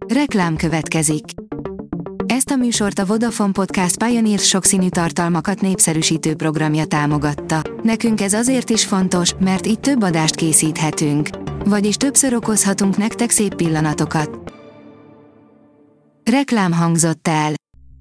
Reklám következik. Ezt a műsort a Vodafone Podcast Pioneer sokszínű tartalmakat népszerűsítő programja támogatta. Nekünk ez azért is fontos, mert így több adást készíthetünk. Vagyis többször okozhatunk nektek szép pillanatokat. Reklám hangzott el.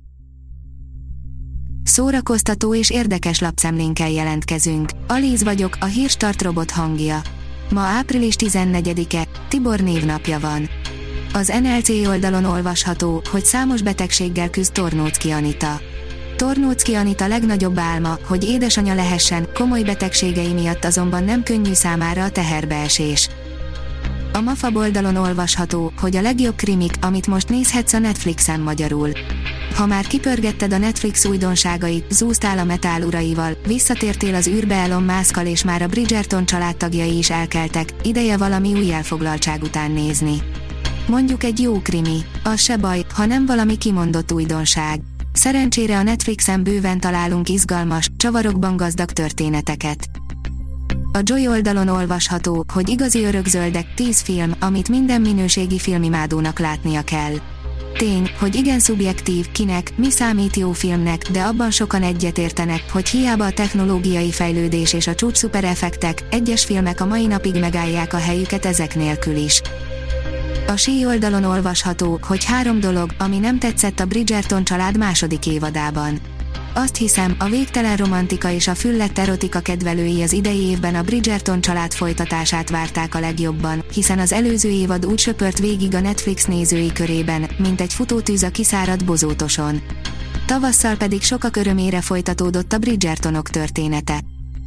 Szórakoztató és érdekes lapszemlénkkel jelentkezünk. Alíz vagyok, a Hírstart robot hangja. Ma április 14-e, Tibor névnapja van. Az NLC oldalon olvasható, hogy számos betegséggel küzd Tornóczky Anita. Tornóczky Anita legnagyobb álma, hogy édesanya lehessen, komoly betegségei miatt azonban nem könnyű számára a teherbeesés. A MAFA oldalon olvasható, hogy a legjobb krimik, amit most nézhetsz a Netflixen magyarul. Ha már kipörgetted a Netflix újdonságait, zúztál a metál uraival, visszatértél az űrbe Elon Muskkal és már a Bridgerton családtagjai is elkeltek, ideje valami új elfoglaltság után nézni. Mondjuk egy jó krimi, az se baj, ha nem valami kimondott újdonság. Szerencsére a Netflixen bőven találunk izgalmas, csavarokban gazdag történeteket. A Joy oldalon olvasható, hogy igazi örökzöldek 10 film, amit minden minőségi filmimádónak látnia kell. Tény, hogy igen szubjektív, kinek, mi számít jó filmnek, de abban sokan egyetértenek, hogy hiába a technológiai fejlődés és a csúcs szupereffektek, egyes filmek a mai napig megállják a helyüket ezek nélkül is. A SHE oldalon olvasható, hogy 3 dolog, ami nem tetszett a Bridgerton család második évadában. Azt hiszem, a végtelen romantika és a füllett erotika kedvelői az idei évben a Bridgerton család folytatását várták a legjobban, hiszen az előző évad úgy söpört végig a Netflix nézői körében, mint egy futótűz a kiszáradt bozótoson. Tavasszal pedig sokak örömére folytatódott a Bridgertonok története.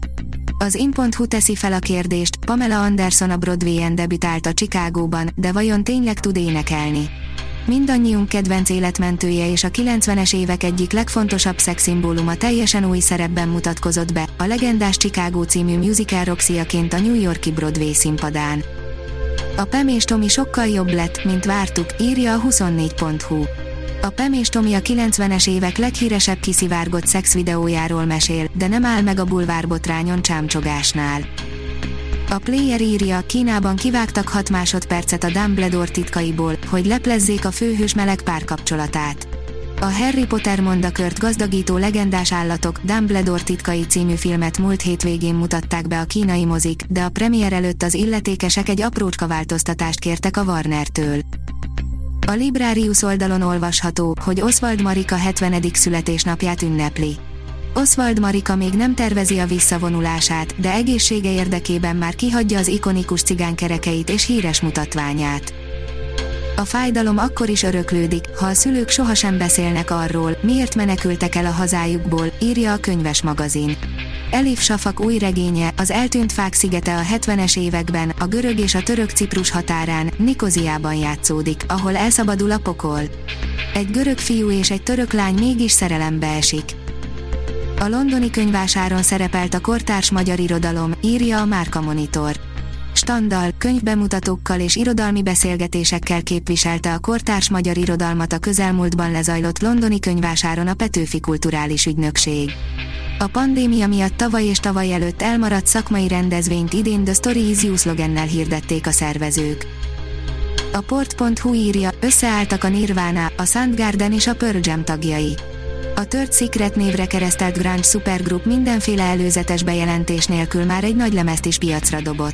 Az in.hu teszi fel a kérdést, Pamela Anderson a Broadwayen debütált a Chicagóban, de vajon tényleg tud énekelni? Mindannyiunk kedvenc életmentője és a 90-es évek egyik legfontosabb szexszimbóluma teljesen új szerepben mutatkozott be, a legendás Chicago című musical Roxy-aként a New York-i Broadway színpadán. A Pam és Tommy sokkal jobb lett, mint vártuk, írja a 24.hu. A Pam és Tommy a 90-es évek leghíresebb kiszivárgott szexvideójáról mesél, de nem áll meg a bulvárbotrányon csámcsogásnál. A Player írja, Kínában kivágtak 6 másodpercet a Dumbledore titkaiból, hogy leplezzék a főhős meleg párkapcsolatát. A Harry Potter mondakört gazdagító legendás állatok Dumbledore titkai című filmet múlt hétvégén mutatták be a kínai mozik, de a premier előtt az illetékesek egy aprócska változtatást kértek a Warnertől. A Librarius oldalon olvasható, hogy Oswald Marika 70. születésnapját ünnepli. Oswald Marika még nem tervezi a visszavonulását, de egészsége érdekében már kihagyja az ikonikus cigánykerekeit és híres mutatványát. A fájdalom akkor is öröklődik, ha a szülők sohasem beszélnek arról, miért menekültek el a hazájukból, írja a Könyves magazin. Elif Shafak új regénye, az eltűnt fák szigete a 70-es években, a görög és a török Ciprus határán, Nikoziában játszódik, ahol elszabadul a pokol. Egy görög fiú és egy török lány mégis szerelembe esik. A londoni könyvvásáron szerepelt a kortárs magyar irodalom, írja a Márka Monitor. Standal, könyvbemutatókkal és irodalmi beszélgetésekkel képviselte a kortárs magyar irodalmat a közelmúltban lezajlott londoni könyvvásáron a Petőfi Kulturális Ügynökség. A pandémia miatt tavaly és tavaly előtt elmaradt szakmai rendezvényt idén The Story is You szlogennel hirdették a szervezők. A port.hu írja, összeálltak a Nirvana, a Soundgarden és a Pearl Jam tagjai. A Third Secret névre keresztelt grunge szupergrup mindenféle előzetes bejelentés nélkül már egy nagy lemezt is piacra dobott.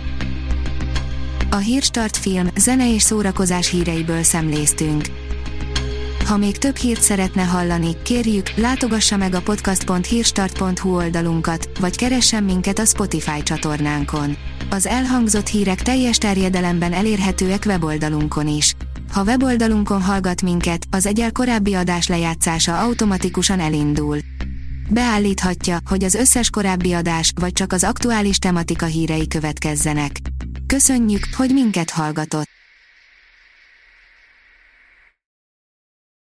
A Hírstart film, zene és szórakozás híreiből szemléztünk. Ha még több hírt szeretne hallani, kérjük, látogassa meg a podcast.hírstart.hu oldalunkat, vagy keressen minket a Spotify csatornánkon. Az elhangzott hírek teljes terjedelemben elérhetőek weboldalunkon is. Ha weboldalunkon hallgat minket, az egyel korábbi adás lejátszása automatikusan elindul. Beállíthatja, hogy az összes korábbi adás, vagy csak az aktuális tematika hírei következzenek. Köszönjük, hogy minket hallgatott!